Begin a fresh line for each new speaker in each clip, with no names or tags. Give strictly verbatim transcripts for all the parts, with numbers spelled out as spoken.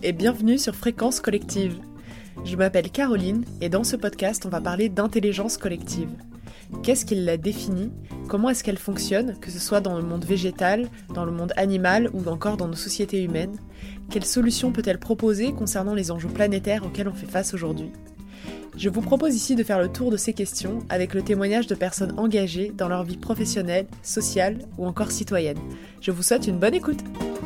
et bienvenue sur Fréquence Collective. Je m'appelle Caroline et dans ce podcast, on va parler d'intelligence collective. Qu'est-ce qui la définit ? Comment est-ce qu'elle fonctionne, que ce soit dans le monde végétal, dans le monde animal ou encore dans nos sociétés humaines ? Quelles solutions peut-elle proposer concernant les enjeux planétaires auxquels on fait face aujourd'hui ? Je vous propose ici de faire le tour de ces questions avec le témoignage de personnes engagées dans leur vie professionnelle, sociale ou encore citoyenne. Je vous souhaite une bonne écoute.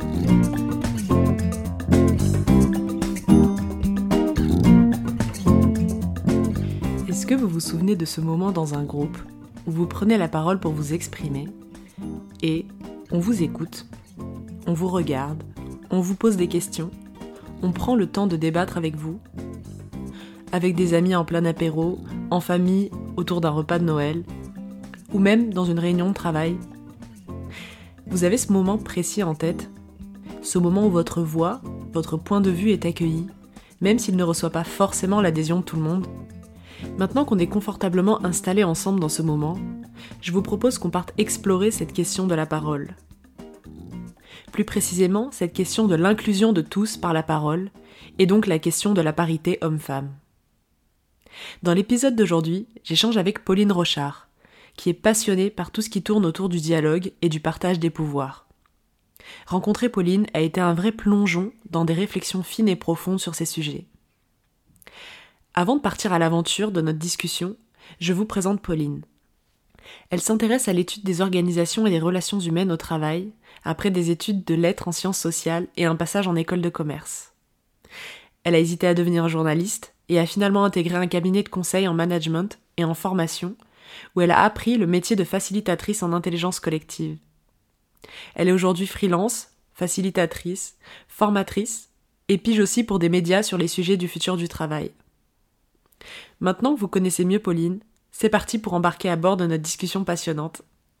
Est-ce que vous vous souvenez de ce moment dans un groupe où vous prenez la parole pour vous exprimer et on vous écoute, on vous regarde, on vous pose des questions, on prend le temps de débattre avec vous, avec des amis en plein apéro, en famille, autour d'un repas de Noël, ou même dans une réunion de travail. Vous avez ce moment précis en tête, ce moment où votre voix, votre point de vue est accueilli, même s'il ne reçoit pas forcément l'adhésion de tout le monde. Maintenant qu'on est confortablement installés ensemble dans ce moment, je vous propose qu'on parte explorer cette question de la parole. Plus précisément, cette question de l'inclusion de tous par la parole, et donc la question de la parité homme-femme. Dans l'épisode d'aujourd'hui, j'échange avec Pauline Rochard, qui est passionnée par tout ce qui tourne autour du dialogue et du partage des pouvoirs. Rencontrer Pauline a été un vrai plongeon dans des réflexions fines et profondes sur ces sujets. Avant de partir à l'aventure de notre discussion, je vous présente Pauline. Elle s'intéresse à l'étude des organisations et des relations humaines au travail, après des études de lettres en sciences sociales et un passage en école de commerce. Elle a hésité à devenir journaliste et a finalement intégré un cabinet de conseil en management et en formation, où elle a appris le métier de facilitatrice en intelligence collective. Elle est aujourd'hui freelance, facilitatrice, formatrice, et pige aussi pour des médias sur les sujets du futur du travail. Maintenant que vous connaissez mieux Pauline, c'est parti pour embarquer à bord de notre discussion passionnante.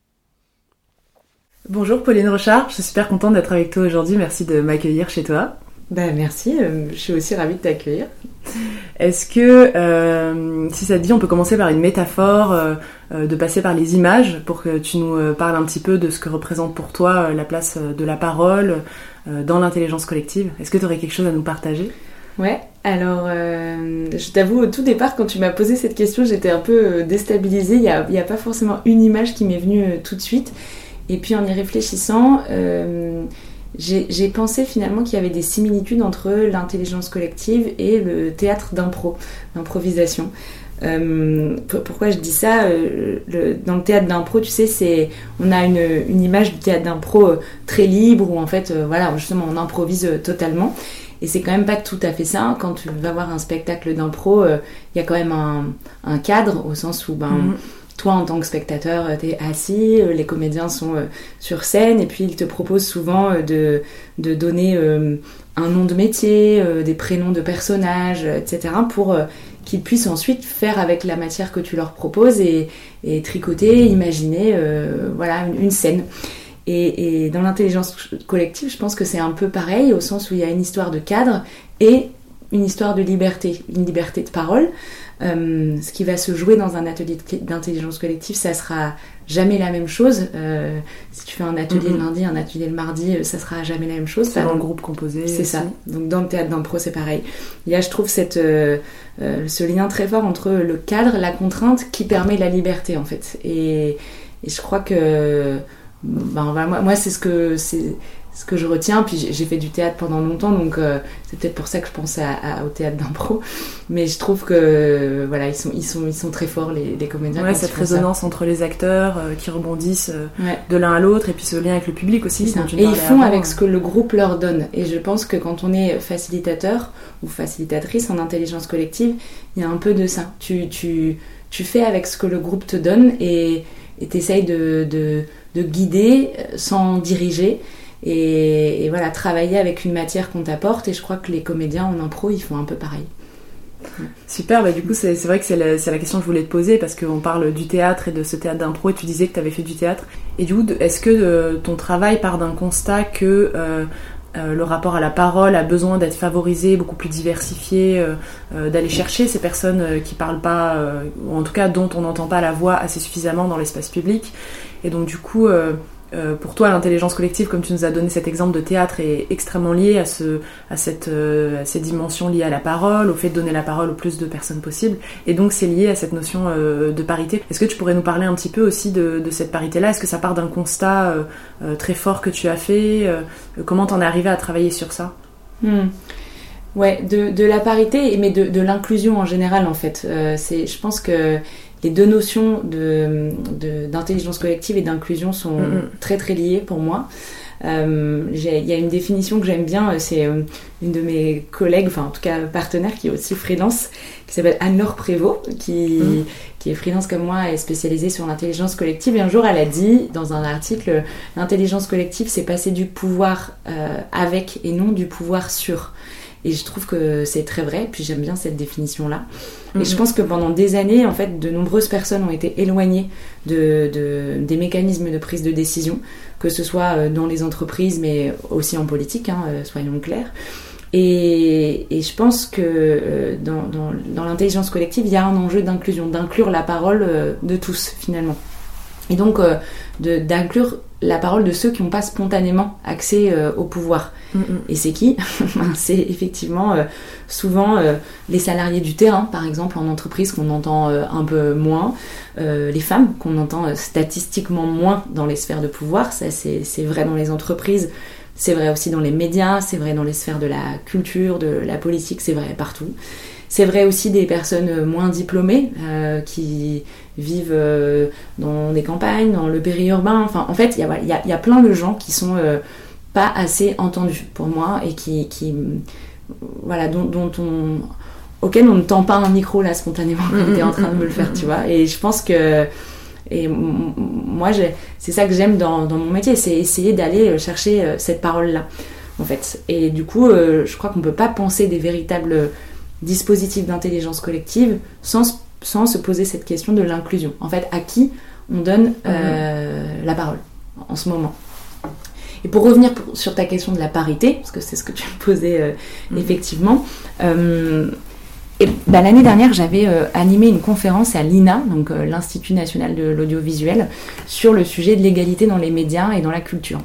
Bonjour Pauline Rochard, je suis super contente d'être avec toi aujourd'hui, merci de m'accueillir chez toi.
Ben merci, euh, je suis aussi ravie de t'accueillir.
Est-ce que, euh, si ça te dit, on peut commencer par une métaphore, euh, euh, de passer par les images pour que tu nous euh, parles un petit peu de ce que représente pour toi euh, la place euh, de la parole euh, dans l'intelligence collective. Est-ce que tu aurais quelque chose à nous partager ?
Ouais, alors euh, je t'avoue, au tout départ, quand tu m'as posé cette question, j'étais un peu euh, déstabilisée. Il n'y a, il y a pas forcément une image qui m'est venue euh, tout de suite. Et puis en y réfléchissant, euh, j'ai, j'ai pensé finalement qu'il y avait des similitudes entre l'intelligence collective et le théâtre d'impro, d'improvisation. Euh, pourquoi je dis ça euh, le, Dans le théâtre d'impro, tu sais, c'est, on a une, une image du théâtre d'impro euh, très libre, où en fait, euh, voilà, justement, on improvise euh, totalement. Et c'est quand même pas tout à fait ça. Quand tu vas voir un spectacle d'impro, il euh, y a quand même un, un cadre, au sens où ben, mm-hmm. toi, en tant que spectateur, t'es assis, euh, les comédiens sont euh, sur scène, et puis ils te proposent souvent euh, de, de donner euh, un nom de métier, euh, des prénoms de personnages, et cetera, pour euh, qu'ils puissent ensuite faire avec la matière que tu leur proposes et, et tricoter, imaginer euh, voilà, une, une scène. Et, et dans l'intelligence collective, je pense que c'est un peu pareil, au sens où il y a une histoire de cadre et une histoire de liberté, une liberté de parole. Euh, ce qui va se jouer dans un atelier d'intelligence collective, ça sera jamais la même chose. Euh, si tu fais un atelier mm-hmm. le lundi, un atelier le mardi, ça sera jamais la même chose.
C'est dans le groupe composé.
C'est aussi. Ça. Donc dans le théâtre d'impro, c'est pareil. Il y a, je trouve, cette, euh, euh, ce lien très fort entre le cadre, la contrainte, qui permet la liberté, en fait. Et, et je crois que Ben, voilà, moi, moi c'est ce que c'est ce que je retiens, puis j'ai, j'ai fait du théâtre pendant longtemps, donc euh, c'est peut-être pour ça que je pense à, à, au théâtre d'impro, mais je trouve que voilà, ils sont ils sont ils sont très forts, les, les comédiens.
Ouais, cette résonance ça. Entre les acteurs euh, qui rebondissent euh,
ouais.
de l'un à l'autre, et puis ce lien avec le public aussi.
Et ils font avant, avec hein. ce que le groupe leur donne. Et je pense que quand on est facilitateur ou facilitatrice en intelligence collective, il y a un peu de ça. Tu tu tu fais avec ce que le groupe te donne et et t'essayes de de de guider sans diriger et, et voilà, travailler avec une matière qu'on t'apporte. Et je crois que les comédiens en impro, ils font un peu pareil.
Super, bah du coup c'est, c'est vrai que c'est la, c'est la question que je voulais te poser, parce qu'on parle du théâtre et de ce théâtre d'impro, et tu disais que tu avais fait du théâtre. Et du coup, est-ce que euh, ton travail part d'un constat que euh, euh, le rapport à la parole a besoin d'être favorisé, beaucoup plus diversifié, euh, euh, d'aller chercher ces personnes euh, qui parlent pas, euh, ou en tout cas dont on n'entend pas la voix assez suffisamment dans l'espace public, et donc du coup... Euh, euh, pour toi, l'intelligence collective, comme tu nous as donné cet exemple de théâtre, est extrêmement liée à, ce, à, cette, euh, à ces dimensions liées à la parole, au fait de donner la parole au plus de personnes possible. Et donc, c'est lié à cette notion euh, de parité. Est-ce que tu pourrais nous parler un petit peu aussi de, de cette parité-là ? Est-ce que ça part d'un constat euh, euh, très fort que tu as fait ? euh, Comment t'en es arrivé à travailler sur ça ?
Hmm. Ouais, de, de la parité, mais de, de l'inclusion en général, en fait. Euh, c'est, je pense que les deux notions de, de, d'intelligence collective et d'inclusion sont mm-hmm. très très liées pour moi. Euh, il y a une définition que j'aime bien, c'est euh, une de mes collègues, enfin en tout cas partenaire, qui est aussi freelance, qui s'appelle Anne-Laure Prévost, qui, mm. qui est freelance comme moi et spécialisée sur l'intelligence collective. Et un jour, elle a dit dans un article, l'intelligence collective, c'est passer du pouvoir euh, avec et non du pouvoir sur. Et je trouve que c'est très vrai, puis j'aime bien cette définition-là. Mmh. Et je pense que pendant des années, en fait, de nombreuses personnes ont été éloignées de, de, des mécanismes de prise de décision, que ce soit dans les entreprises, mais aussi en politique, hein, soyons clairs. Et, et je pense que dans, dans, dans l'intelligence collective, il y a un enjeu d'inclusion, d'inclure la parole de tous, finalement. Et donc, euh, de, d'inclure la parole de ceux qui n'ont pas spontanément accès euh, au pouvoir. Mm-hmm. Et c'est qui ? C'est effectivement euh, souvent euh, les salariés du terrain, par exemple, en entreprise, qu'on entend euh, un peu moins, euh, les femmes, qu'on entend euh, statistiquement moins dans les sphères de pouvoir. Ça, c'est, c'est vrai dans les entreprises, c'est vrai aussi dans les médias, c'est vrai dans les sphères de la culture, de la politique, c'est vrai partout. C'est vrai aussi des personnes moins diplômées euh, qui vivent euh, dans des campagnes, dans le périurbain. Enfin, en fait, il y a, y, a, y a plein de gens qui sont euh, pas assez entendus pour moi et qui, qui voilà, dont, dont on, auquel on ne tend pas un micro là spontanément quand tu es en train de me le faire, tu vois. Et je pense que et m- moi, j'ai, c'est ça que j'aime dans, dans mon métier, c'est essayer d'aller chercher cette parole-là, en fait. Et du coup, euh, je crois qu'on peut pas penser des véritables dispositif d'intelligence collective sans, sans se poser cette question de l'inclusion. En fait, à qui on donne euh, mmh. la parole en ce moment. Et pour revenir pour, sur ta question de la parité, parce que c'est ce que tu me posais euh, mmh. effectivement, euh, et, bah, l'année dernière, j'avais euh, animé une conférence à l'I N A, donc euh, l'Institut National de l'Audiovisuel, sur le sujet de l'égalité dans les médias et dans la culture.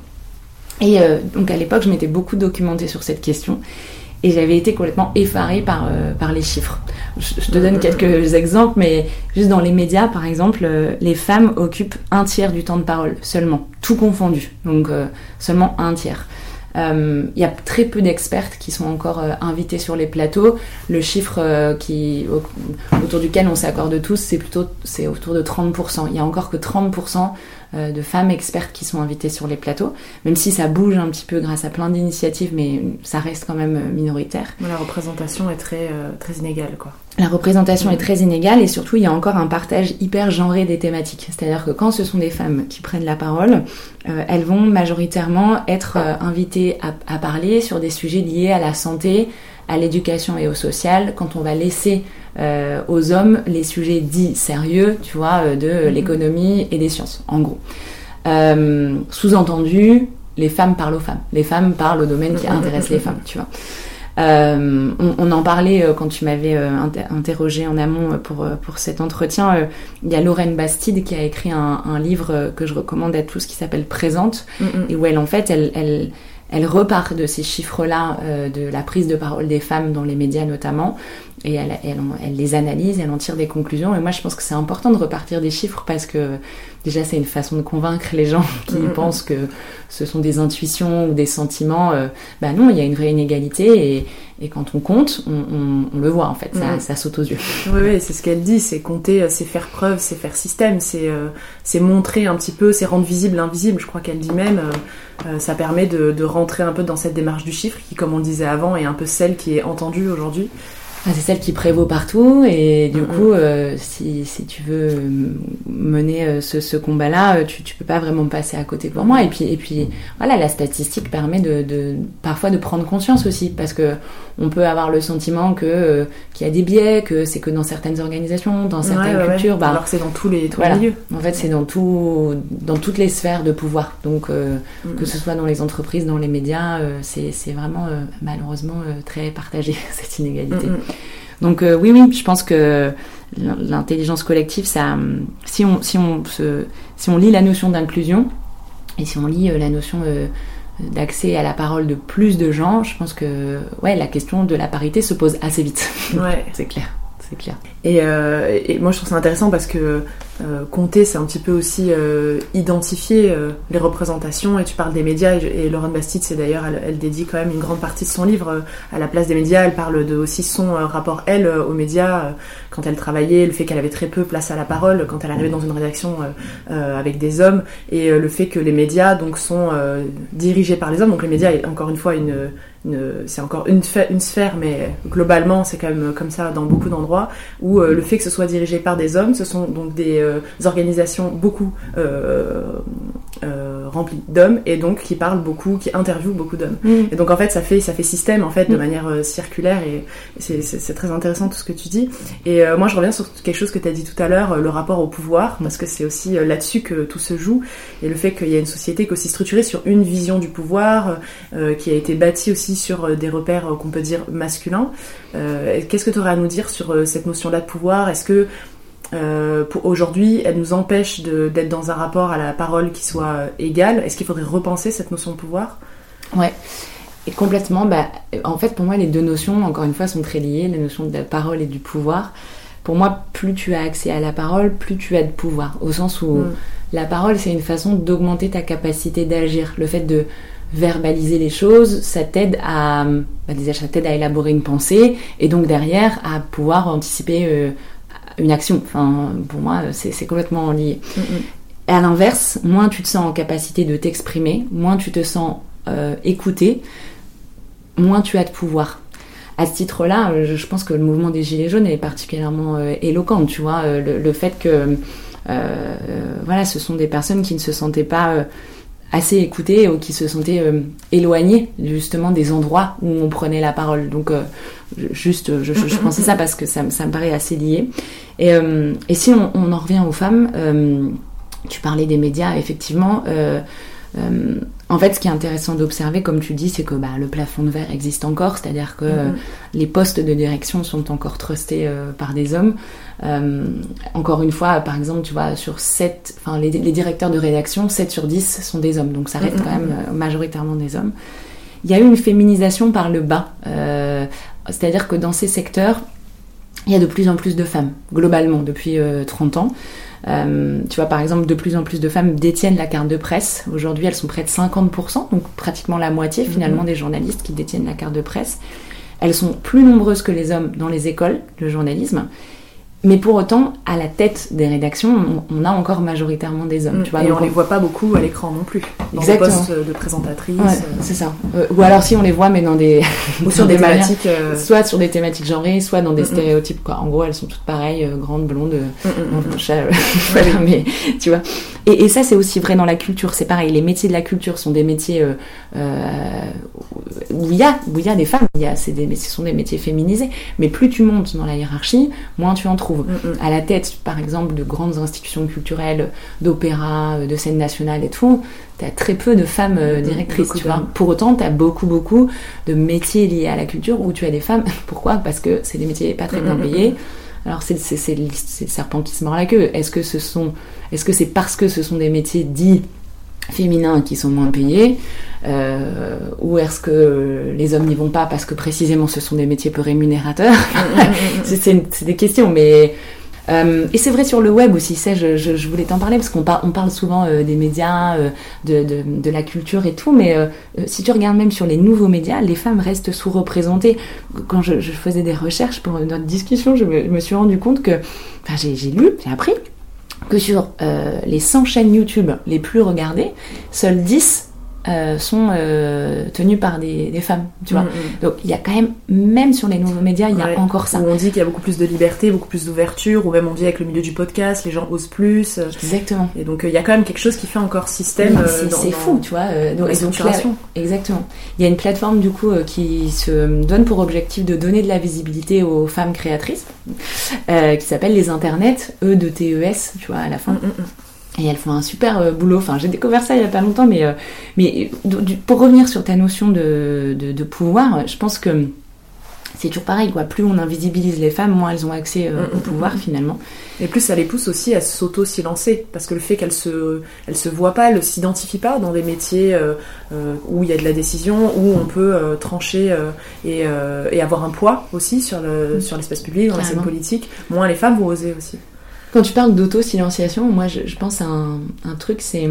Et euh, donc à l'époque, je m'étais beaucoup documentée sur cette question. Et j'avais été complètement effarée par, euh, par les chiffres. Je, je te donne quelques exemples, mais juste dans les médias, par exemple, euh, les femmes occupent un tiers du temps de parole, seulement, tout confondu. Donc euh, seulement un tiers. Il euh, y a très peu d'expertes qui sont encore euh, invités sur les plateaux. Le chiffre euh, qui, au, autour duquel on s'accorde tous, c'est plutôt c'est autour de trente pour cent. Il n'y a encore que trente pour cent euh, de femmes expertes qui sont invitées sur les plateaux, même si ça bouge un petit peu grâce à plein d'initiatives, mais ça reste quand même minoritaire.
La représentation est très, euh, très inégale, quoi.
La représentation mmh. est très inégale et surtout il y a encore un partage hyper genré des thématiques. C'est-à-dire que quand ce sont des femmes qui prennent la parole, euh, elles vont majoritairement être euh, invitées à, à parler sur des sujets liés à la santé, à l'éducation et au social, quand on va laisser euh, aux hommes les sujets dits sérieux, tu vois, euh, de mmh. l'économie et des sciences, en gros. Euh, sous-entendu, les femmes parlent aux femmes. Les femmes parlent au domaine qui intéresse les femmes, tu vois. Euh, on, on en parlait euh, quand tu m'avais euh, inter- interrogé en amont pour, euh, pour cet entretien. Euh, il y a Lorraine Bastide qui a écrit un, un livre euh, que je recommande à tous qui s'appelle Présente, mm-hmm. et où elle, en fait, elle, elle, elle repart de ces chiffres-là, euh, de la prise de parole des femmes dans les médias notamment, et elle, elle, elle les analyse, elle en tire des conclusions. Et moi, je pense que c'est important de repartir des chiffres parce que déjà, c'est une façon de convaincre les gens qui mmh. pensent que ce sont des intuitions ou des sentiments. Euh, bah non, il y a une vraie inégalité et, et quand on compte, on, on, on le voit en fait, ça, mmh. ça saute aux yeux.
Oui, oui, c'est ce qu'elle dit, c'est compter, c'est faire preuve, c'est faire système, c'est, euh, c'est montrer un petit peu, c'est rendre visible l'invisible. Je crois qu'elle dit même, euh, euh, ça permet de, de rentrer un peu dans cette démarche du chiffre qui, comme on le disait avant, est un peu celle qui est entendue aujourd'hui.
Ah, c'est celle qui prévaut partout et du mmh. coup euh, si, si tu veux mener euh, ce, ce combat-là, tu, tu peux pas vraiment passer à côté pour moi. Et puis, et puis voilà, la statistique permet de, de parfois de prendre conscience aussi parce que on peut avoir le sentiment que euh, qu'il y a des biais, que c'est que dans certaines organisations, dans certaines ouais, ouais, cultures,
ouais.
bah,
alors que c'est dans tous les, tous
voilà.
les milieux.
En fait, c'est dans tout, dans toutes les sphères de pouvoir. Donc euh, mmh. que ce soit dans les entreprises, dans les médias, euh, c'est, c'est vraiment euh, malheureusement euh, très partagé cette inégalité. Mmh. Donc euh, oui, oui, je pense que l'intelligence collective, ça, si on, si on se, si on lit la notion d'inclusion Et si on lit euh, la notion euh, d'accès à la parole de plus de gens, je pense que ouais, la question de la parité se pose assez vite.
Ouais,
c'est clair. C'est clair.
Et, euh, et moi je trouve ça intéressant parce que euh, compter c'est un petit peu aussi euh, identifier euh, les représentations, et tu parles des médias, et, et Lauren Bastide c'est d'ailleurs elle, elle dédie quand même une grande partie de son livre euh, à la place des médias. Elle parle de aussi son euh, rapport elle euh, aux médias, euh, quand elle travaillait, le fait qu'elle avait très peu place à la parole quand elle arrivait dans une rédaction euh, euh, avec des hommes, et euh, le fait que les médias donc sont euh, dirigés par les hommes. Donc les médias est encore une fois une Une, c'est encore une, une sphère, mais globalement c'est quand même comme ça dans beaucoup d'endroits, où euh, le fait que ce soit dirigé par des hommes, ce sont donc des euh, organisations beaucoup euh, euh, remplies d'hommes, et donc qui parlent beaucoup, qui interviewent beaucoup d'hommes. Mmh. Et donc en fait ça fait, ça fait système en fait de mmh. manière euh, circulaire, et c'est, c'est, c'est très intéressant tout ce que tu dis. Et euh, moi je reviens sur quelque chose que tu as dit tout à l'heure, euh, le rapport au pouvoir, parce que c'est aussi euh, là-dessus que tout se joue, et le fait qu'il y a une société qui est aussi structurée sur une vision du pouvoir, euh, qui a été bâtie aussi sur des repères qu'on peut dire masculins. Euh, qu'est-ce que tu aurais à nous dire sur cette notion-là de pouvoir ? Est-ce que euh, pour aujourd'hui, elle nous empêche de, d'être dans un rapport à la parole qui soit égal ? Est-ce qu'il faudrait repenser cette notion de pouvoir ?
Ouais, et complètement. Bah, en fait, pour moi, les deux notions, encore une fois, sont très liées, la notion de la parole et du pouvoir. Pour moi, plus tu as accès à la parole, plus tu as de pouvoir. Au sens où mm. la parole, c'est une façon d'augmenter ta capacité d'agir. Le fait de verbaliser les choses, ça t'aide à, bah déjà, ça t'aide à élaborer une pensée, et donc derrière à pouvoir anticiper euh, une action. Enfin, pour moi, c'est, c'est complètement lié. Mm-hmm. À l'inverse, moins tu te sens en capacité de t'exprimer, moins tu te sens euh, écouté, moins tu as de pouvoir. À ce titre-là, je, je pense que le mouvement des Gilets jaunes est particulièrement euh, éloquent. Tu vois, euh, le, le fait que, euh, voilà, ce sont des personnes qui ne se sentaient pas euh, assez écoutées, ou qui se sentaient euh, éloignées justement des endroits où on prenait la parole. Donc euh, juste, je, je, je pensais ça parce que ça, ça me paraît assez lié. Et, euh, et si on, on en revient aux femmes, euh, tu parlais des médias, effectivement. Euh, euh, en fait, ce qui est intéressant d'observer, comme tu dis, c'est que bah, le plafond de verre existe encore, c'est-à-dire que mm-hmm. euh, les postes de direction sont encore trustés euh, par des hommes. Euh, encore une fois, par exemple, tu vois, sur sept, enfin les, les directeurs de rédaction, sept sur dix sont des hommes, donc ça reste mm-hmm. quand même euh, majoritairement des hommes. Il y a eu une féminisation par le bas, euh, c'est-à-dire que dans ces secteurs, il y a de plus en plus de femmes, globalement, depuis euh, trente ans. Euh, tu vois, par exemple, de plus en plus de femmes détiennent la carte de presse. Aujourd'hui, elles sont près de cinquante pour cent, donc pratiquement la moitié finalement mmh. des journalistes qui détiennent la carte de presse. Elles sont plus nombreuses que les hommes dans les écoles de journalisme. Mais pour autant, à la tête des rédactions, on, on a encore majoritairement des hommes.
Mmh.
Tu vois,
et on ne les voit pas beaucoup à l'écran non plus. Dans
Exactement.
Des postes de présentatrices.
Ouais, c'est ça. Euh, ou alors si on les voit, mais dans des...
ou sur des, des thématiques...
Euh... Soit sur des thématiques genrées, soit dans des mmh. stéréotypes, quoi. En gros, elles sont toutes pareilles, euh, grandes, blondes, mmh. non, chat, euh, voilà, mais tu vois. Et, et ça, c'est aussi vrai dans la culture. C'est pareil, les métiers de la culture sont des métiers euh, euh, où il y a, où il y a des femmes. Il y a, c'est des, ce sont des métiers féminisés. Mais plus tu montes dans la hiérarchie, moins tu en trouves. Mmh. À la tête, par exemple, de grandes institutions culturelles, d'opéra, de scène nationale et tout, t'as très peu de femmes euh, directrices, beaucoup tu vois. Pour autant, t'as beaucoup, beaucoup de métiers liés à la culture où tu as des femmes. Pourquoi ? Parce que c'est des métiers pas très bien payés. Alors, c'est, c'est, c'est, c'est le serpent qui se mord la queue. Est-ce que ce sont, est-ce que c'est parce que ce sont des métiers dits féminins qui sont moins payés, euh, ou est-ce que les hommes n'y vont pas parce que précisément ce sont des métiers peu rémunérateurs? c'est, c'est, c'est des questions, mais euh, et c'est vrai sur le web aussi. Ça, je, je, je voulais t'en parler parce qu'on par, on parle souvent euh, des médias, euh, de, de, de la culture et tout, mais euh, si tu regardes même sur les nouveaux médias, les femmes restent sous-représentées. Quand je, je faisais des recherches pour notre discussion, je me, je me suis rendu compte que, enfin, j'ai, j'ai lu, j'ai appris que sur euh, les cent chaînes YouTube les plus regardées, seules dix euh, sont euh, tenues par des, des femmes, tu vois. Mm-hmm. Donc il y a quand même, même sur les nouveaux médias, il y a ouais, encore ça.
Où on dit qu'il y a beaucoup plus de liberté, beaucoup plus d'ouverture, ou même on dit avec le milieu du podcast, les gens osent plus.
Exactement.
Et donc il euh, y a quand même quelque chose qui fait encore système.
Oui, c'est
euh, dans,
c'est
dans,
fou, tu vois. Euh,
dans la structuration.
Exactement. Il y a une plateforme du coup euh, qui se donne pour objectif de donner de la visibilité aux femmes créatrices, euh, qui s'appelle les internets, E de T E S, tu vois, à la fin. Mm-mm. Et elles font un super euh, boulot. Enfin, j'ai découvert ça il y a pas longtemps, mais, euh, mais du, pour revenir sur ta notion de, de, de pouvoir, je pense que c'est toujours pareil, quoi. Plus on invisibilise les femmes, moins elles ont accès euh, mmh, au pouvoir, mmh. finalement.
Et plus ça les pousse aussi à s'auto-silencer, parce que le fait qu'elles se, elles se voient pas, elles ne s'identifient pas dans des métiers euh, euh, où il y a de la décision, où on peut euh, trancher euh, et, euh, et avoir un poids aussi sur, le, mmh. sur l'espace public, dans Carrément. La scène politique, moins les femmes vont oser aussi.
Quand tu parles d'auto-silenciation, moi je, je pense à un, un truc, c'est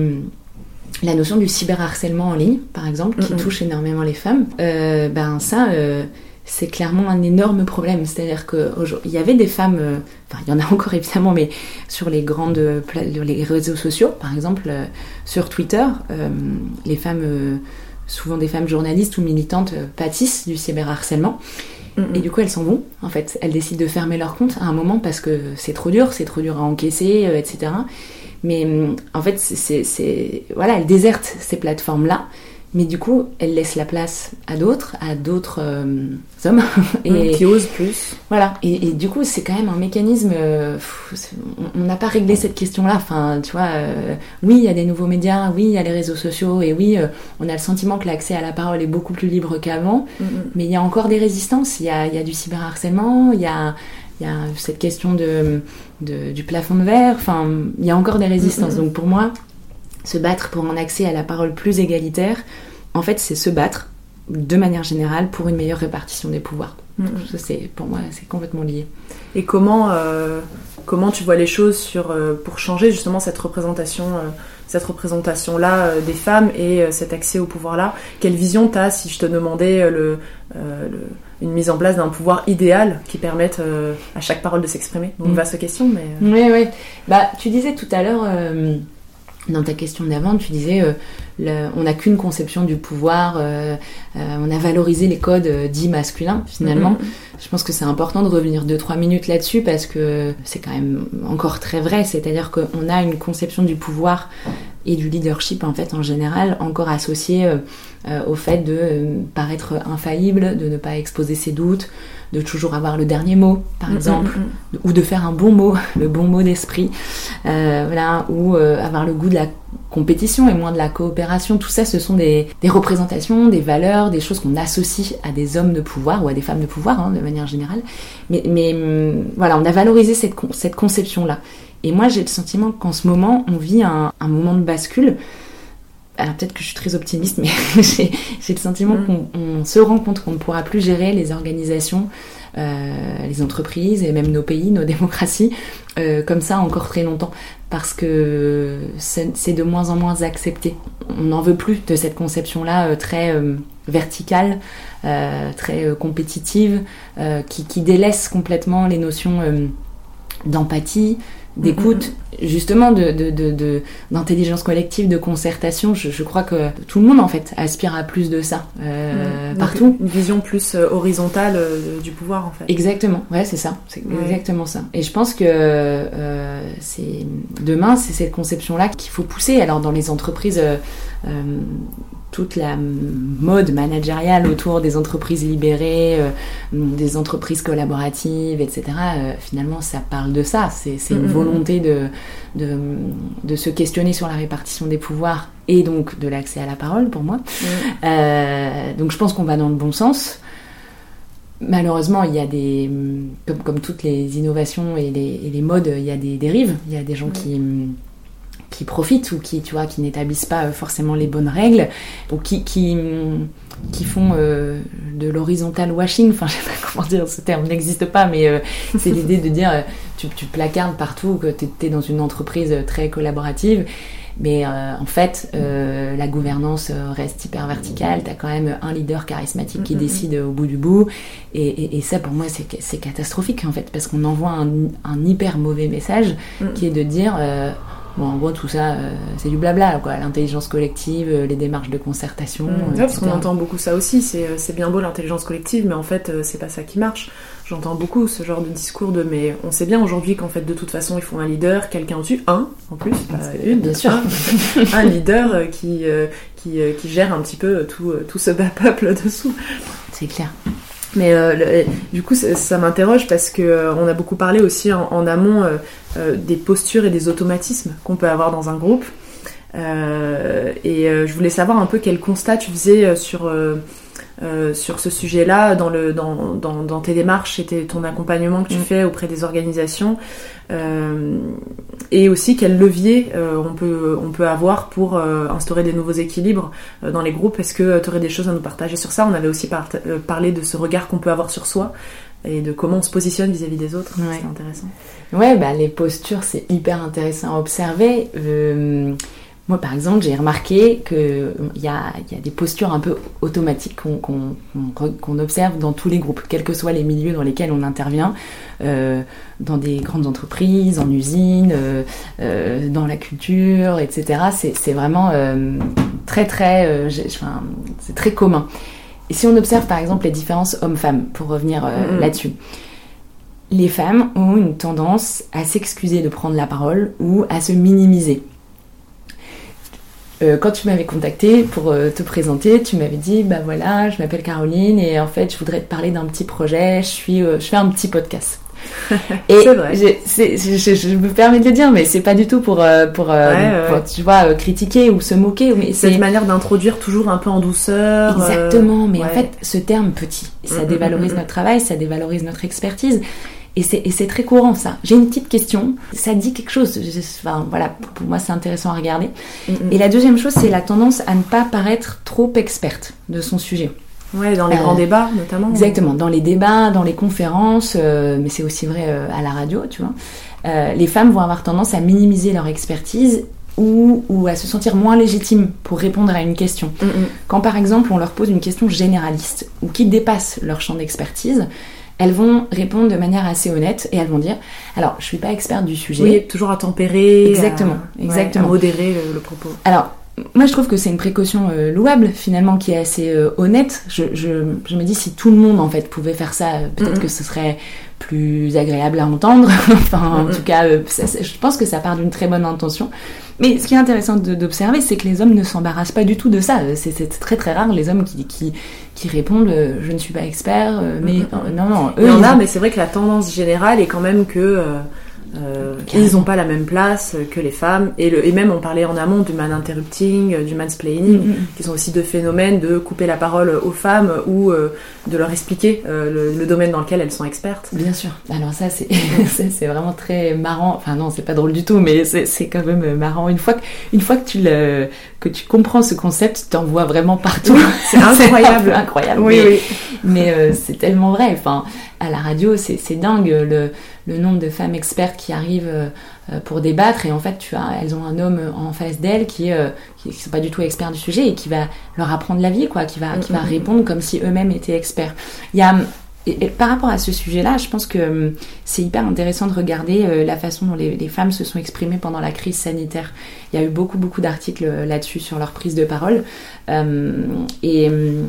la notion du cyberharcèlement en ligne, par exemple, qui mmh. touche énormément les femmes. Euh, ben ça... Euh, c'est clairement un énorme problème. C'est-à-dire qu'il y avait des femmes, euh, enfin il y en a encore évidemment, mais sur les grandes les réseaux sociaux, par exemple euh, sur Twitter, euh, les femmes, euh, souvent des femmes journalistes ou militantes, euh, pâtissent du cyberharcèlement. Mm-hmm. Et du coup elles s'en vont, en fait. Elles décident de fermer leur compte à un moment parce que c'est trop dur, c'est trop dur à encaisser, euh, et cetera. Mais en fait, c'est, c'est, c'est, voilà, elles désertent ces plateformes-là. Mais du coup, elle laisse la place à d'autres, à d'autres euh, hommes. Et,
mmh, qui osent plus.
Voilà. Et, et du coup, c'est quand même un mécanisme... Euh, pff, on n'a pas réglé cette question-là. Enfin, tu vois, euh, oui, il y a des nouveaux médias, oui, il y a les réseaux sociaux, et oui, euh, on a le sentiment que l'accès à la parole est beaucoup plus libre qu'avant. Mmh. Mais il y a encore des résistances. Il y a, il y a du cyberharcèlement, il y a... Il y a cette question de, de, du plafond de verre. Enfin, il y a encore des résistances. Mmh. Donc pour moi... se battre pour un accès à la parole plus égalitaire, en fait, c'est se battre, de manière générale, pour une meilleure répartition des pouvoirs. Mmh. Ça, c'est, pour moi, c'est complètement lié.
Et comment, euh, comment tu vois les choses sur, euh, pour changer justement cette représentation, euh, cette représentation-là euh, des femmes et euh, cet accès au pouvoir-là? Quelle vision t'as si je te demandais euh, le, euh, le, une mise en place d'un pouvoir idéal qui permette euh, à chaque parole de s'exprimer? Donc, mmh. vaste question, mais...
Euh... Oui, oui. Bah, tu disais tout à l'heure... Euh... Dans ta question d'avant, tu disais euh, le, on n'a qu'une conception du pouvoir, euh, euh, on a valorisé les codes euh, dits masculins, finalement. Mm-hmm. Je pense que c'est important de revenir deux trois minutes là-dessus parce que c'est quand même encore très vrai. C'est-à-dire qu'on a une conception du pouvoir et du leadership, en fait, en général, encore associée euh, euh, au fait de euh, paraître infaillible, de ne pas exposer ses doutes, de toujours avoir le dernier mot, par exemple, mmh, mmh. ou de faire un bon mot, le bon mot d'esprit, euh, voilà, ou euh, avoir le goût de la compétition et moins de la coopération. Tout ça, ce sont des, des représentations, des valeurs, des choses qu'on associe à des hommes de pouvoir ou à des femmes de pouvoir, hein, de manière générale. Mais, mais voilà, on a valorisé cette, cette conception-là. Et moi, j'ai le sentiment qu'en ce moment, on vit un, un moment de bascule. Alors peut-être que je suis très optimiste, mais j'ai, j'ai le sentiment mmh. qu'on on se rend compte qu'on ne pourra plus gérer les organisations, euh, les entreprises et même nos pays, nos démocraties, euh, comme ça encore très longtemps. Parce que c'est, c'est de moins en moins accepté. On n'en veut plus de cette conception-là euh, très euh, verticale, euh, très euh, compétitive, euh, qui, qui délaisse complètement les notions euh, d'empathie, d'écoute, mmh. justement de, de, de, de, d'intelligence collective, de concertation. Je, je crois que tout le monde, en fait, aspire à plus de ça, euh, mmh. partout.
Une vision plus euh, horizontale euh, du pouvoir, en fait.
Exactement, ouais, c'est ça. C'est ouais. exactement ça. Et je pense que euh, c'est, demain, c'est cette conception-là qu'il faut pousser. Alors, dans les entreprises... Euh, euh, toute la mode managériale autour des entreprises libérées, euh, des entreprises collaboratives, et cetera. Euh, finalement, ça parle de ça. C'est, c'est une mmh. volonté de, de, de se questionner sur la répartition des pouvoirs et donc de l'accès à la parole, pour moi. Mmh. Euh, donc je pense qu'on va dans le bon sens. Malheureusement, il y a des... Comme, comme toutes les innovations et les, et les modes, il y a des dérives. Il y a des gens mmh. qui... qui profitent ou qui, tu vois, qui n'établissent pas forcément les bonnes règles ou qui, qui, qui font euh, de l'horizontal washing, enfin je sais pas comment dire, ce terme n'existe pas, mais euh, c'est l'idée de dire euh, tu, tu placardes partout que tu es dans une entreprise très collaborative, mais euh, en fait euh, la gouvernance reste hyper verticale, tu as quand même un leader charismatique qui mm-hmm. décide au bout du bout, et, et, et ça pour moi c'est, c'est catastrophique en fait, parce qu'on envoie un, un hyper mauvais message mm. qui est de dire euh, bon, en gros, tout ça, euh, c'est du blabla, quoi. L'intelligence collective, euh, les démarches de concertation.
Mmh, euh, parce qu'on entend beaucoup ça aussi. C'est, euh, c'est bien beau l'intelligence collective, mais en fait, euh, c'est pas ça qui marche. J'entends beaucoup ce genre de discours de mais on sait bien aujourd'hui qu'en fait, de toute façon, il faut un leader, quelqu'un au-dessus, un en plus, pas une,
bien sûr,
un, un leader euh, qui, euh, qui, euh, qui gère un petit peu tout, euh, tout ce bas peuple dessous.
C'est clair.
Mais euh, le, du coup, ça, ça m'interroge parce que euh, on a beaucoup parlé aussi en, en amont euh, euh, des postures et des automatismes qu'on peut avoir dans un groupe. Euh, et euh, je voulais savoir un peu quel constat tu faisais sur euh, euh, sur ce sujet-là, dans, le, dans, dans, dans tes démarches et tes, ton accompagnement que tu mmh. fais auprès des organisations, euh, et aussi quel levier euh, on, peut, on peut avoir pour euh, instaurer des nouveaux équilibres euh, dans les groupes. Est-ce que tu aurais des choses à nous partager sur ça? On avait aussi par, euh, parlé de ce regard qu'on peut avoir sur soi et de comment on se positionne vis-à-vis des autres. Ouais. C'est intéressant.
Ouais, bah, les postures, c'est hyper intéressant à observer. Euh, moi, par exemple, j'ai remarqué qu'il y a, y a des postures un peu automatiques qu'on, qu'on, qu'on, qu'on observe dans tous les groupes, quels que soient les milieux dans lesquels on intervient, euh, dans des grandes entreprises, en usine, euh, euh, dans la culture, et cetera. C'est, c'est vraiment euh, très, très... Euh, enfin, c'est très commun. Et si on observe, par exemple, les différences hommes-femmes, pour revenir euh, mmh. là-dessus, les femmes ont une tendance à s'excuser de prendre la parole ou à se minimiser. Euh, quand tu m'avais contactée pour euh, te présenter, tu m'avais dit bah voilà, je m'appelle Caroline et en fait je voudrais te parler d'un petit projet, je suis, euh, je fais un petit podcast. Et c'est vrai. J'ai, c'est, je, je me permets de le dire, mais c'est pas du tout pour, euh, pour, euh, ouais, pour ouais. tu vois, euh, critiquer ou se moquer. Mais
c'est une manière d'introduire toujours un peu en douceur.
Exactement, euh, mais ouais. en fait, ce terme petit, ça mmh, dévalorise mmh, notre travail, ça dévalorise notre expertise. Et c'est, et c'est très courant, ça. J'ai une petite question. Ça dit quelque chose. Enfin, voilà, pour moi, c'est intéressant à regarder. Mm-hmm. Et la deuxième chose, c'est la tendance à ne pas paraître trop experte de son sujet.
Ouais, dans les euh, grands débats, notamment.
Exactement. Dans les débats, dans les conférences, euh, mais c'est aussi vrai euh, à la radio, tu vois. Euh, les femmes vont avoir tendance à minimiser leur expertise ou, ou à se sentir moins légitimes pour répondre à une question. Mm-hmm. Quand, par exemple, on leur pose une question généraliste ou qui dépasse leur champ d'expertise, elles vont répondre de manière assez honnête et elles vont dire alors je suis pas experte du sujet.
Oui, toujours à tempérer,
exactement, à, exactement.
Ouais, à modérer le, le propos.
Alors moi je trouve que c'est une précaution euh, louable finalement qui est assez euh, honnête. Je, je, je me dis si tout le monde en fait pouvait faire ça, peut-être mm-hmm. que ce serait plus agréable à entendre. Enfin mm-hmm. en tout cas, euh, ça, je pense que ça part d'une très bonne intention. Mais ce qui est intéressant de, d'observer, c'est que les hommes ne s'embarrassent pas du tout de ça. C'est, c'est très très rare les hommes qui, qui, qui répondent euh, « je ne suis pas expert euh, », mais mm-hmm. non, non.
Eux, il y en a, mais c'est vrai que la tendance générale est quand même que euh, euh, ils n'ont pas la même place que les femmes. Et, le, et même, on parlait en amont du man-interrupting, du mansplaining, mm-hmm. qui sont aussi deux phénomènes de couper la parole aux femmes ou euh, de leur expliquer euh, le, le domaine dans lequel elles sont expertes.
Bien sûr. Alors ça, c'est, c'est, c'est vraiment très marrant. Enfin non, c'est pas drôle du tout, mais c'est, c'est quand même marrant. Une fois que, une fois que tu le, que tu comprends ce concept, tu t'en vois vraiment partout. Oui,
c'est incroyable.
c'est incroyable.
Oui,
mais,
oui.
Mais euh, c'est tellement vrai. Enfin, à la radio, c'est, c'est dingue le, le nombre de femmes expertes qui arrivent euh, pour débattre et en fait, tu as, elles ont un homme en face d'elles qui, euh, qui sont pas du tout experts du sujet et qui va leur apprendre la vie, quoi, qui va, qui va répondre comme si eux-mêmes étaient experts. Il y a Et, et par rapport à ce sujet-là, je pense que euh, c'est hyper intéressant de regarder euh, la façon dont les, les femmes se sont exprimées pendant la crise sanitaire. Il y a eu beaucoup, beaucoup d'articles euh, là-dessus sur leur prise de parole. Euh, et euh,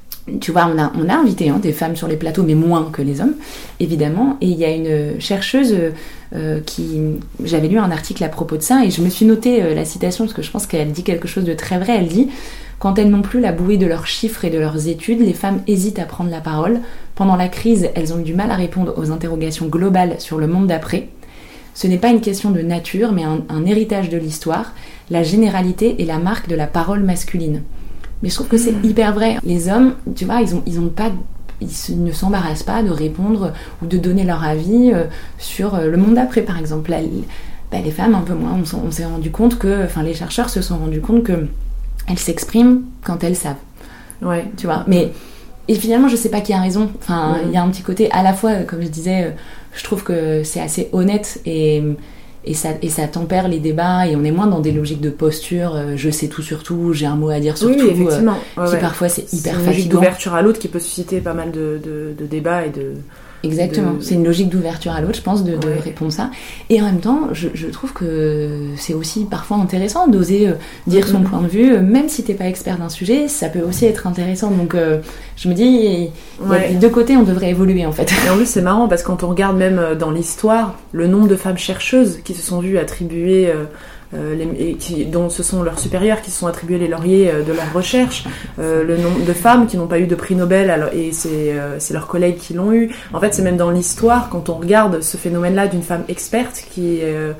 tu vois, on a, on a invité hein, des femmes sur les plateaux, mais moins que les hommes, évidemment. Et il y a une chercheuse euh, qui... J'avais lu un article à propos de ça et je me suis noté euh, la citation parce que je pense qu'elle dit quelque chose de très vrai. Elle dit... Quand elles n'ont plus la bouée de leurs chiffres et de leurs études, les femmes hésitent à prendre la parole. Pendant la crise, elles ont eu du mal à répondre aux interrogations globales sur le monde d'après. Ce n'est pas une question de nature, mais un, un héritage de l'histoire. La généralité est la marque de la parole masculine. Mais je trouve que c'est hyper vrai. Les hommes, tu vois, ils ont, ils ont pas... Ils ne s'embarrassent pas de répondre ou de donner leur avis sur le monde d'après, par exemple. Là, bah, les femmes, un peu moins. On, on s'est rendu compte que... Enfin, les chercheurs se sont rendus compte que elles s'expriment quand elles savent.
Ouais.
Tu vois, mais... Et finalement, je sais pas qui a raison. Enfin, il mmh. y a un petit côté, à la fois, comme je disais, je trouve que c'est assez honnête et, et, ça, et ça tempère les débats et on est moins dans des logiques de posture, euh, je sais tout sur tout, j'ai un mot à dire sur
oui,
tout,
effectivement.
Euh,
ouais,
qui
ouais.
parfois c'est hyper fatigant.
C'est une logique d'ouverture à l'autre qui peut susciter pas mal de, de, de débats et de...
Exactement,
de...
c'est une logique d'ouverture à l'autre, je pense, de, de
ouais.
répondre ça. Et en même temps, je, je trouve que c'est aussi parfois intéressant d'oser euh, dire son point de vue, même si t'es pas expert d'un sujet, ça peut aussi être intéressant. Donc euh, je me dis, il ouais. y a les deux côtés, on devrait évoluer en fait.
Et en plus c'est marrant parce que quand on regarde même dans l'histoire, le nombre de femmes chercheuses qui se sont vues attribuer... Euh, Euh, les, et qui, dont ce sont leurs supérieurs qui se sont attribués les lauriers euh, de leur recherche, euh, le nombre de femmes qui n'ont pas eu de prix Nobel alors, et c'est, euh, c'est leurs collègues qui l'ont eu. En fait, c'est même dans l'histoire, quand on regarde ce phénomène-là d'une femme experte qui, euh,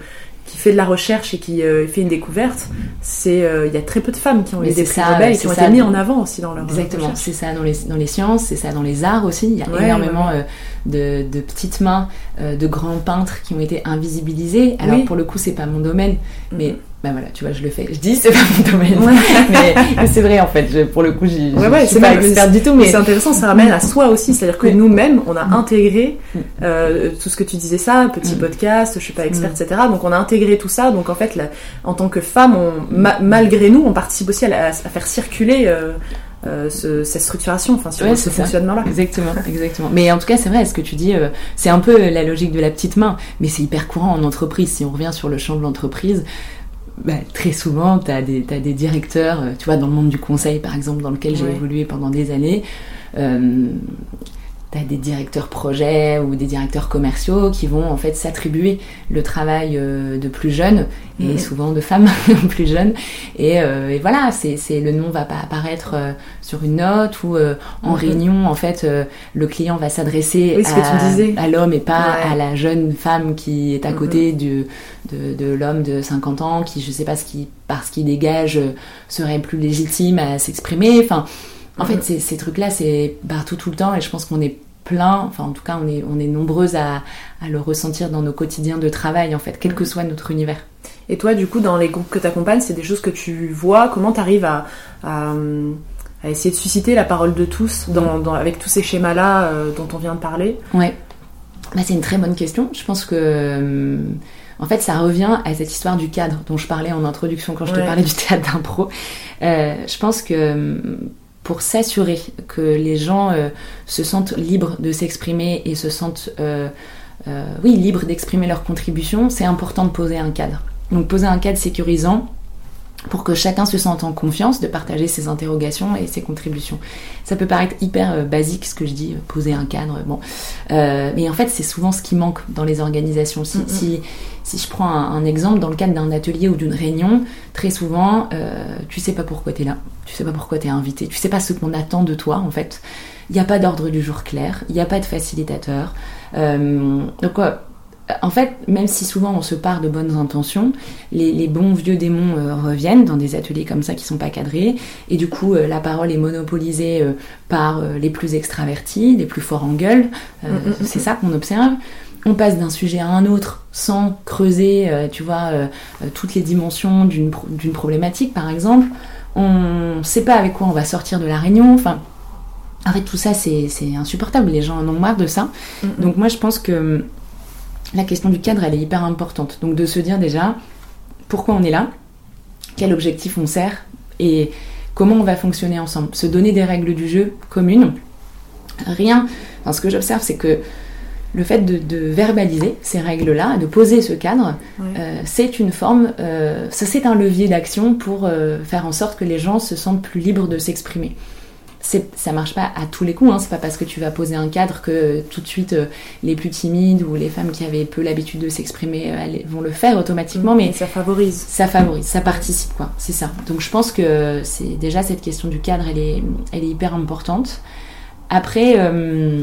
qui fait de la recherche et qui euh, fait une découverte, c'est il euh, y a très peu de femmes qui ont eu des prix Nobel et qui ont été mis en avant aussi dans leur
Exactement,
recherche.
c'est ça dans les, dans les sciences, c'est ça dans les arts aussi. Il y a ouais, énormément ouais. Euh, de, de petites mains, euh, de grands peintres qui ont été invisibilisés. Alors oui. pour le coup, c'est pas mon domaine, mm-hmm. mais ben voilà, tu vois, je le fais. Je dis, c'est pas mon domaine. Ouais. mais, mais c'est vrai, en fait. Je, pour le coup, j'y,
ouais, ouais,
je suis pas experte du tout. Mais
c'est intéressant, ça ramène à soi aussi. C'est-à-dire que oui. nous-mêmes, on a intégré euh, tout ce que tu disais ça, petit mm. podcast, je suis pas experte, mm. et cetera. Donc, on a intégré tout ça. Donc, en fait, la, en tant que femme, on, ma, malgré nous, on participe aussi à, la, à faire circuler... Euh, Euh, ce, cette structuration, enfin sur
ouais,
ce fonctionnement-là.
Exactement, exactement. Mais en tout cas, c'est vrai, ce que tu dis, euh, c'est un peu la logique de la petite main, mais c'est hyper courant en entreprise. Si on revient sur le champ de l'entreprise, bah, très souvent, t'as des, t'as des directeurs, euh, tu vois, dans le monde du conseil, par exemple, dans lequel j'ai ouais. évolué pendant des années, euh, t'as des directeurs projets ou des directeurs commerciaux qui vont en fait s'attribuer le travail euh, de plus jeunes et mmh. souvent de femmes plus jeunes et, euh, et voilà c'est, c'est le nom va pas apparaître euh, sur une note ou euh, en mmh. réunion en fait euh, le client va s'adresser
oui,
à, à l'homme et pas ouais. à la jeune femme qui est à côté mmh. du, de, de l'homme de cinquante ans qui je sais pas ce qui parce qu'il dégage euh, serait plus légitime à s'exprimer enfin en fait, ces, ces trucs-là, c'est partout tout le temps et je pense qu'on est plein, enfin en tout cas, on est, on est nombreuses à, à le ressentir dans nos quotidiens de travail, en fait, quel que soit notre univers.
Et toi, du coup, dans les groupes que tu accompagnes, c'est des choses que tu vois, comment tu arrives à, à, à essayer de susciter la parole de tous dans, dans, avec tous ces schémas-là euh, dont on vient de parler ?
Ouais, bah, c'est une très bonne question. Je pense que... Euh, En fait, ça revient à cette histoire du cadre dont je parlais en introduction quand je ouais. te parlais du théâtre d'impro. Euh, je pense que pour s'assurer que les gens euh, se sentent libres de s'exprimer et se sentent euh, euh, oui, libres d'exprimer leurs contributions, c'est important de poser un cadre. Donc poser un cadre sécurisant pour que chacun se sente en confiance de partager ses interrogations et ses contributions. Ça peut paraître hyper euh, basique ce que je dis, euh, poser un cadre, bon. Euh, mais en fait, c'est souvent ce qui manque dans les organisations. Si, mm-hmm. si, si je prends un, un exemple, dans le cadre d'un atelier ou d'une réunion, très souvent, euh, tu sais pas pourquoi t'es là, tu sais pas pourquoi t'es invité, tu sais pas ce qu'on attend de toi, en fait. Il n'y a pas d'ordre du jour clair, il n'y a pas de facilitateur. Euh, donc quoi En fait, même si souvent on se part de bonnes intentions, les, les bons vieux démons euh, reviennent dans des ateliers comme ça qui sont pas cadrés, et du coup euh, la parole est monopolisée euh, par euh, les plus extravertis, les plus forts en gueule, euh, mmh, mmh, c'est ça qu'on observe. On passe d'un sujet à un autre sans creuser, euh, tu vois, euh, euh, toutes les dimensions d'une, pro- d'une problématique, par exemple. On sait pas avec quoi on va sortir de la réunion, enfin... En fait, tout ça, c'est, c'est insupportable, les gens en ont marre de ça. Mmh. Donc moi, je pense que la question du cadre, elle est hyper importante. Donc de se dire déjà pourquoi on est là, quel objectif on sert et comment on va fonctionner ensemble. Se donner des règles du jeu communes. Rien. Enfin, ce que j'observe, c'est que le fait de, de verbaliser ces règles-là, de poser ce cadre, ouais. euh, c'est une forme, euh, ça c'est un levier d'action pour euh, faire en sorte que les gens se sentent plus libres de s'exprimer. C'est, ça marche pas à tous les coups, hein. C'est pas parce que tu vas poser un cadre que tout de suite euh, les plus timides ou les femmes qui avaient peu l'habitude de s'exprimer euh, elles vont le faire automatiquement, mais
ça favorise.
Ça favorise, ça participe, quoi. C'est ça. Donc je pense que c'est déjà cette question du cadre, elle est, elle est hyper importante. Après, il euh,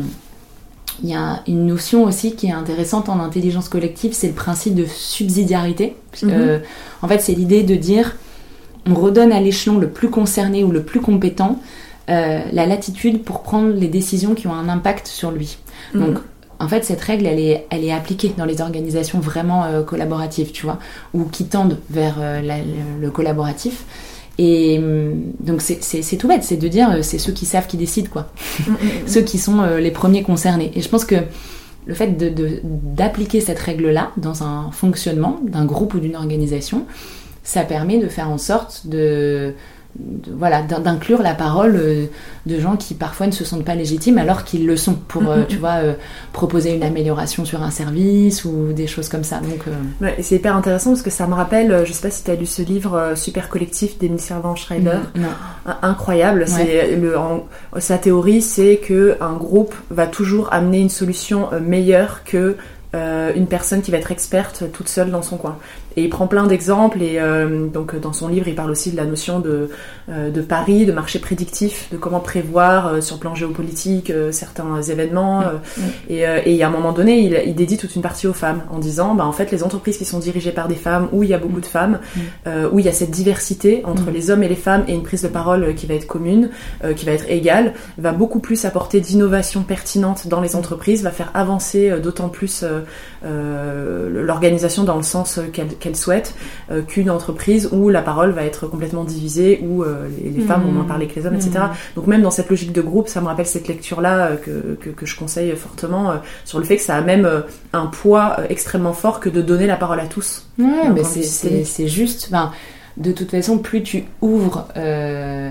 y a une notion aussi qui est intéressante en intelligence collective, c'est le principe de subsidiarité. Mm-hmm. Euh, en fait, c'est l'idée de dire, on redonne à l'échelon le plus concerné ou le plus compétent Euh, la latitude pour prendre les décisions qui ont un impact sur lui. Mmh. Donc, en fait, cette règle, elle est, elle est appliquée dans les organisations vraiment euh, collaboratives, tu vois, ou qui tendent vers euh, la, le, le collaboratif. Et donc, c'est, c'est, c'est tout bête, c'est de dire, euh, c'est ceux qui savent qui décident, quoi. Mmh. Ceux qui sont euh, les premiers concernés. Et je pense que le fait de, de, d'appliquer cette règle-là dans un fonctionnement d'un groupe ou d'une organisation, ça permet de faire en sorte de... De, voilà, d'inclure la parole euh, de gens qui parfois ne se sentent pas légitimes alors qu'ils le sont pour euh, tu vois, euh, proposer une amélioration sur un service ou des choses comme ça. Donc, euh...
ouais, et c'est hyper intéressant parce que ça me rappelle, je sais pas si tu as lu ce livre euh, Super Collectif d'Emile Servan-Schreiber.
Mmh, non.
Incroyable. Ouais. C'est le, en, sa théorie, c'est qu'un groupe va toujours amener une solution euh, meilleure que euh, une personne qui va être experte toute seule dans son coin. Et il prend plein d'exemples et euh, donc dans son livre il parle aussi de la notion de, euh, de pari, de marché prédictif, de comment prévoir euh, sur le plan géopolitique euh, certains événements euh, mmh. et, euh, et il y a un moment donné il, il dédie toute une partie aux femmes en disant bah, en fait les entreprises qui sont dirigées par des femmes, où il y a beaucoup de femmes, mmh. euh, où il y a cette diversité entre mmh. les hommes et les femmes et une prise de parole qui va être commune, euh, qui va être égale, va beaucoup plus apporter d'innovation pertinente dans les entreprises, va faire avancer euh, d'autant plus euh, euh, l'organisation dans le sens qu'elle qu'elle souhaite, euh, qu'une entreprise où la parole va être complètement divisée, où euh, les, les femmes mmh. vont moins parler que les hommes, mmh. et cetera. Donc même dans cette logique de groupe, ça me rappelle cette lecture-là euh, que, que, que je conseille fortement, euh, sur le fait que ça a même euh, un poids euh, extrêmement fort que de donner la parole à tous.
Ouais, mais c'est, c'est, c'est juste... Enfin, de toute façon, plus tu ouvres... Euh...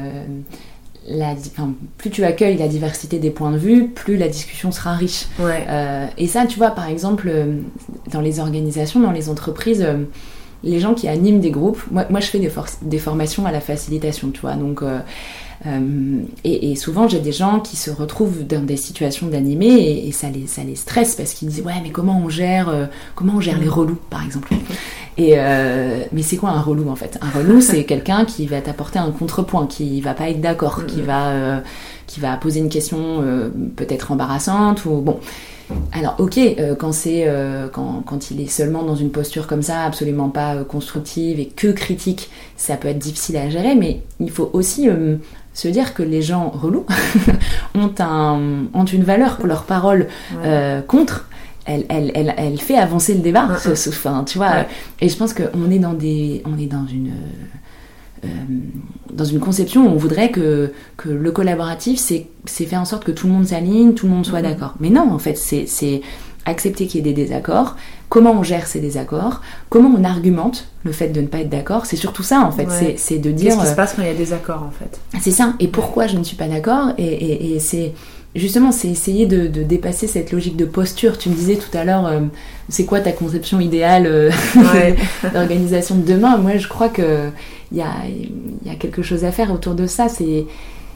La, enfin, plus tu accueilles la diversité des points de vue, plus la discussion sera riche.
Ouais.
Euh, et ça, tu vois, par exemple, dans les organisations, dans les entreprises, les gens qui animent des groupes, moi, moi je fais des, for- des formations à la facilitation, tu vois, donc... Euh, Euh, et, et souvent j'ai des gens qui se retrouvent dans des situations d'animés et, et ça les ça les stresse parce qu'ils disent ouais mais comment on gère euh, comment on gère les relous par exemple. Et euh, mais c'est quoi un relou en fait? Un relou c'est quelqu'un qui va t'apporter un contrepoint, qui va pas être d'accord, qui va euh, qui va poser une question euh, peut-être embarrassante ou bon. Alors ok, euh, quand c'est euh, quand, quand il est seulement dans une posture comme ça, absolument pas euh, constructive et que critique, ça peut être difficile à gérer, mais il faut aussi euh, se dire que les gens relous ont, un, ont une valeur, leur parole euh, contre, elle, elle, elle, elle fait avancer le débat. Ouais. Ce, ce, enfin, tu vois, ouais. Et je pense qu'on est dans des, on est dans une euh, dans une conception où on voudrait que, que le collaboratif, c'est, c'est faire en sorte que tout le monde s'aligne, tout le monde soit mmh. d'accord. Mais non, en fait, c'est, c'est accepter qu'il y ait des désaccords, comment on gère ces désaccords, comment on argumente le fait de ne pas être d'accord, c'est surtout ça, en fait. Ouais. C'est, c'est de dire...
Qu'est-ce qui se passe quand il y a des accords, en fait?
C'est ça, et pourquoi je ne suis pas d'accord, et, et, et c'est... Justement, c'est essayer de, de dépasser cette logique de posture. Tu me disais tout à l'heure, euh, c'est quoi ta conception idéale euh, ouais. d'organisation de demain? Moi, je crois qu'il y a, y a quelque chose à faire autour de ça. C'est,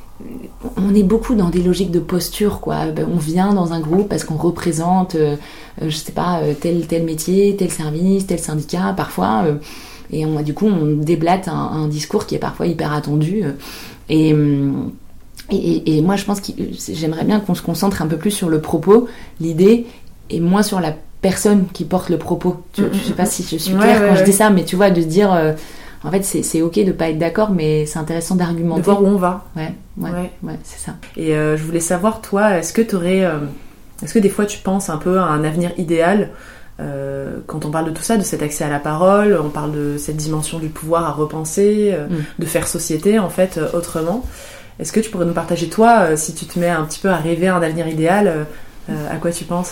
on est beaucoup dans des logiques de posture, quoi. Ben, on vient dans un groupe parce qu'on représente, euh, je sais pas, tel, tel métier, tel service, tel syndicat, parfois. Euh, et on, du coup, on déblate un, un discours qui est parfois hyper attendu. Euh, et... Hum, Et, et, et moi, je pense que j'aimerais bien qu'on se concentre un peu plus sur le propos, l'idée, et moins sur la personne qui porte le propos. Tu, mmh, je sais pas si je suis claire ouais, quand ouais, je ouais. dis ça, mais tu vois, de se dire, euh, en fait, c'est, c'est ok de pas être d'accord, mais c'est intéressant d'argumenter.
De voir où on va.
Ouais, ouais, ouais, ouais c'est ça.
Et euh, je voulais savoir, toi, est-ce que t'aurais, euh, est-ce que des fois tu penses un peu à un avenir idéal euh, quand on parle de tout ça, de cet accès à la parole, on parle de cette dimension du pouvoir à repenser, euh, mmh. de faire société, en fait, euh, autrement. Est-ce que tu pourrais nous partager, toi, euh, si tu te mets un petit peu à rêver un avenir idéal, euh, à quoi tu penses?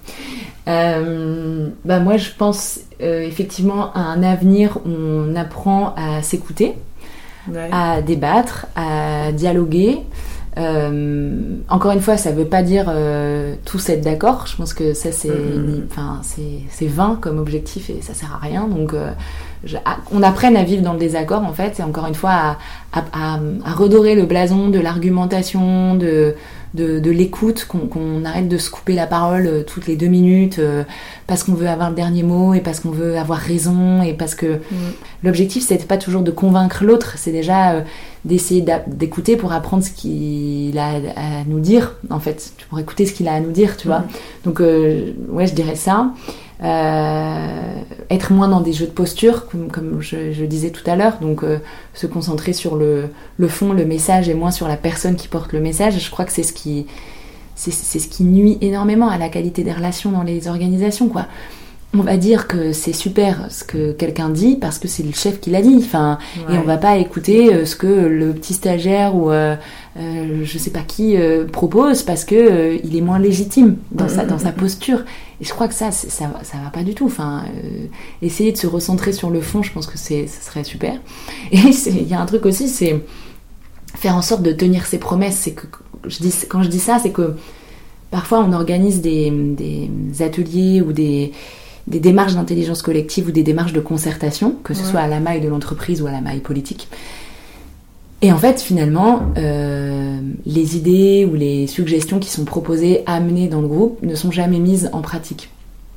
euh, bah Moi, je pense euh, effectivement à un avenir où on apprend à s'écouter, ouais. à débattre, à dialoguer. Euh, encore une fois, ça ne veut pas dire euh, tous être d'accord. Je pense que ça, c'est, mmh. enfin, c'est, c'est vain comme objectif et ça ne sert à rien. Donc, euh, je, à, on apprenne à vivre dans le désaccord, en fait, et encore une fois, à, à, à, à redorer le blason de l'argumentation, de, de, de l'écoute, qu'on, qu'on arrête de se couper la parole toutes les deux minutes euh, parce qu'on veut avoir le dernier mot et parce qu'on veut avoir raison et parce que mmh. l'objectif, c'est pas toujours de convaincre l'autre, c'est déjà... Euh, d'essayer d'écouter pour apprendre ce qu'il a à nous dire, en fait, pour écouter ce qu'il a à nous dire, tu vois. Mmh. Donc, euh, ouais, je dirais ça. Euh, être moins dans des jeux de posture, comme, comme je, je disais tout à l'heure, donc euh, se concentrer sur le, le fond, le message, et moins sur la personne qui porte le message. Je crois que c'est ce qui, c'est, c'est ce qui nuit énormément à la qualité des relations dans les organisations, quoi. On va dire que c'est super ce que quelqu'un dit parce que c'est le chef qui l'a dit, enfin, ouais. Et on va pas écouter ce que le petit stagiaire ou euh, euh, je sais pas qui euh, propose parce que euh, il est moins légitime dans mmh, sa dans mmh, sa posture. Et je crois que ça c'est, ça ça va pas du tout. Enfin, euh, essayer de se recentrer sur le fond, je pense que c'est ce serait super. Et il y a un truc aussi, c'est faire en sorte de tenir ses promesses. C'est que je dis quand je dis ça, c'est que parfois on organise des des ateliers ou des des démarches d'intelligence collective ou des démarches de concertation, que ce ouais. soit à la maille de l'entreprise ou à la maille politique. Et en fait, finalement, euh, les idées ou les suggestions qui sont proposées, amenées dans le groupe, ne sont jamais mises en pratique.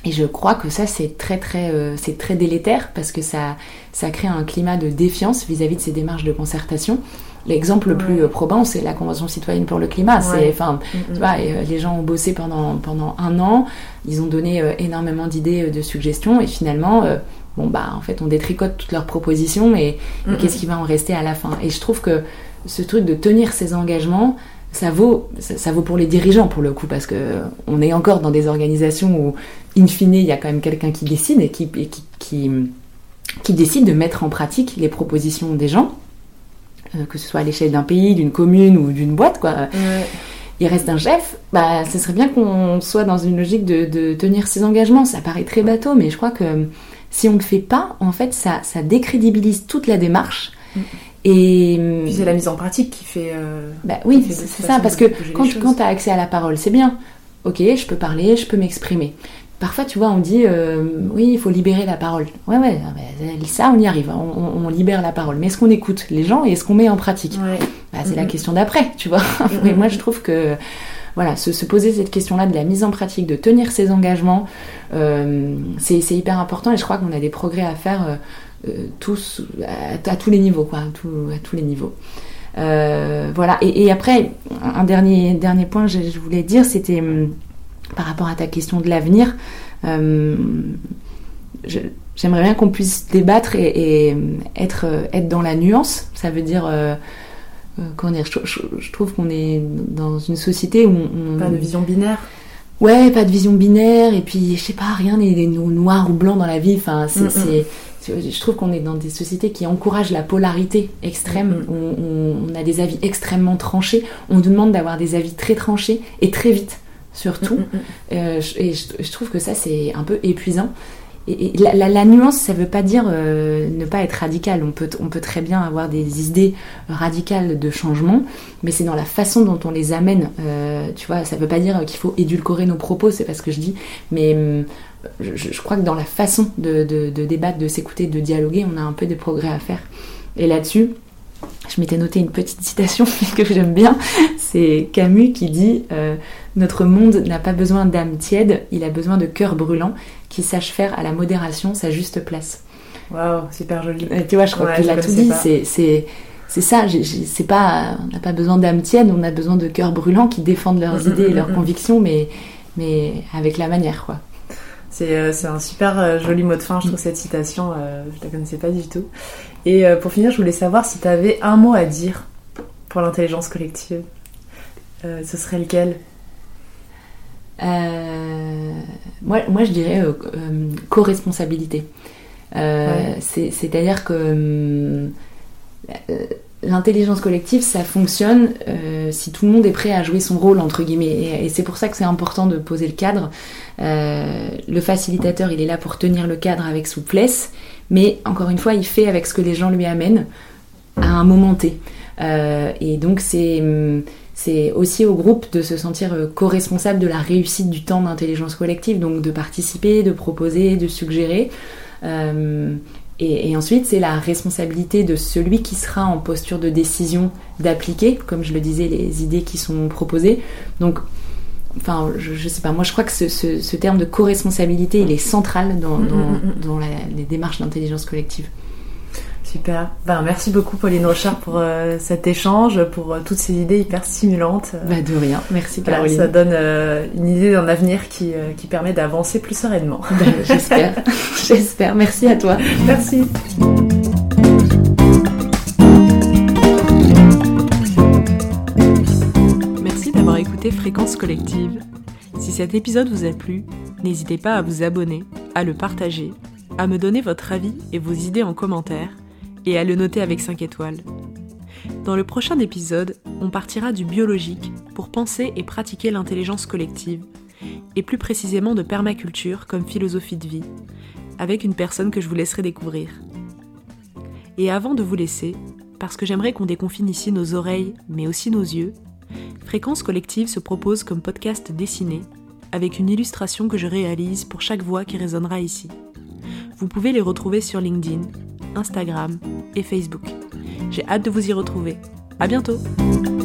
Et je crois que ça, c'est très, très, euh, c'est très délétère parce que ça, ça crée un climat de défiance vis-à-vis de ces démarches de concertation. L'exemple le ouais. plus probant, c'est la Convention citoyenne pour le climat. Ouais. C'est, enfin, mm-hmm. tu vois, et, euh, les gens ont bossé pendant, pendant un an, ils ont donné euh, énormément d'idées, euh, de suggestions, et finalement, euh, bon, bah, en fait, on détricote toutes leurs propositions, et, mm-hmm. et qu'est-ce qui va en rester à la fin ? Et je trouve que ce truc de tenir ses engagements, ça vaut, ça, ça vaut pour les dirigeants, pour le coup, parce que on est encore dans des organisations où, in fine, il y a quand même quelqu'un qui décide et qui, et qui, qui, qui décide de mettre en pratique les propositions des gens, euh, que ce soit à l'échelle d'un pays, d'une commune ou d'une boîte, quoi. Ouais. Il reste un chef, bah, ce serait bien qu'on soit dans une logique de, de tenir ses engagements. Ça paraît très bateau, mais je crois que si on ne le fait pas, en fait, ça, ça décrédibilise toute la démarche. Mm. Et
puis c'est la mise en pratique qui fait. Euh,
bah oui, qui fait c'est, c'est ça, parce que quand, quand tu as accès à la parole, c'est bien. Ok, je peux parler, je peux m'exprimer. Parfois, tu vois, on dit euh, oui, il faut libérer la parole. Ouais, ouais, ça, on y arrive, on, on, on libère la parole. Mais est-ce qu'on écoute les gens et est-ce qu'on met en pratique ? Ouais. Bah, c'est mm-hmm. la question d'après, tu vois. Mm-hmm. Et moi, je trouve que voilà, se, se poser cette question-là de la mise en pratique, de tenir ses engagements, euh, c'est, c'est hyper important. Et je crois qu'on a des progrès à faire. Euh, Euh, tous à, à tous les niveaux quoi, à, tout, à tous les niveaux. Euh, voilà. Et, et après, un dernier dernier point que je, je voulais dire, c'était hum, par rapport à ta question de l'avenir. Hum, je, j'aimerais bien qu'on puisse débattre et, et être être dans la nuance. Ça veut dire euh, euh, comment dire, je, je, je trouve qu'on est dans une société où on,
pas de vision binaire.
Ouais, pas de vision binaire, et puis je sais pas, rien n'est noir ou blanc dans la vie. Enfin, c'est, c'est, c'est, je trouve qu'on est dans des sociétés qui encouragent la polarité extrême. Mm-hmm. On, on, on a des avis extrêmement tranchés. On nous demande d'avoir des avis très tranchés et très vite, surtout. Mm-hmm. Euh, et je, je trouve que ça, c'est un peu épuisant. Et, et la, la, la nuance, ça veut pas dire euh, ne pas être radical. On peut, on peut très bien avoir des idées radicales de changement, mais c'est dans la façon dont on les amène. Euh, tu vois, ça veut pas dire qu'il faut édulcorer nos propos, c'est pas ce que je dis, mais euh, je, je crois que dans la façon de, de, de débattre, de s'écouter, de dialoguer, on a un peu de progrès à faire. Et là-dessus, je m'étais noté une petite citation que j'aime bien, c'est Camus qui dit euh, « Notre monde n'a pas besoin d'âme tiède, il a besoin de cœur brûlant qui sache faire à la modération sa juste place. »
Waouh, super joli.
Et tu vois, je crois ouais, qu'il a tout dit, c'est, c'est, c'est ça, j'ai, j'ai, c'est pas, on n'a pas besoin d'âme tiède, on a besoin de cœur brûlant qui défendent leurs mmh, idées et mmh, leurs mmh. convictions, mais, mais avec la manière, quoi.
C'est, euh, c'est un super euh, joli mot de fin, je trouve, cette citation, euh, je la connaissais pas du tout. Et euh, pour finir, je voulais savoir si tu avais un mot à dire pour l'intelligence collective. Euh, ce serait lequel ?
euh, moi, moi, je dirais euh, euh, co-responsabilité. Euh, ouais. c'est, c'est-à-dire que euh, l'intelligence collective, ça fonctionne euh, si tout le monde est prêt à jouer son rôle, entre guillemets. Et, et c'est pour ça que c'est important de poser le cadre. Euh, le facilitateur, il est là pour tenir le cadre avec souplesse, mais encore une fois, il fait avec ce que les gens lui amènent à un moment T. Euh, et donc, c'est, c'est aussi au groupe de se sentir co-responsable de la réussite du temps d'intelligence collective, donc de participer, de proposer, de suggérer. Euh, Et, et ensuite, c'est la responsabilité de celui qui sera en posture de décision d'appliquer, comme je le disais, les idées qui sont proposées. Donc, enfin, je, je sais pas, moi je crois que ce, ce, ce terme de co-responsabilité, il est central dans, dans, mmh, mmh. dans la, les démarches d'intelligence collective.
Super. Ben, merci beaucoup Pauline Rochard pour euh, cet échange, pour euh, toutes ces idées hyper stimulantes.
Bah, de rien. Merci Caroline.
Voilà, ça donne euh, une idée d'un avenir qui, euh, qui permet d'avancer plus sereinement.
Ben, j'espère. J'espère. Merci à toi.
Merci. Merci d'avoir écouté Fréquence Collective. Si cet épisode vous a plu, n'hésitez pas à vous abonner, à le partager, à me donner votre avis et vos idées en commentaire, et à le noter avec cinq étoiles. Dans le prochain épisode, on partira du biologique pour penser et pratiquer l'intelligence collective, et plus précisément de permaculture comme philosophie de vie, avec une personne que je vous laisserai découvrir. Et avant de vous laisser, parce que j'aimerais qu'on déconfine ici nos oreilles, mais aussi nos yeux, Fréquence Collective se propose comme podcast dessiné, avec une illustration que je réalise pour chaque voix qui résonnera ici. Vous pouvez les retrouver sur LinkedIn, Instagram et Facebook. J'ai hâte de vous y retrouver. À bientôt!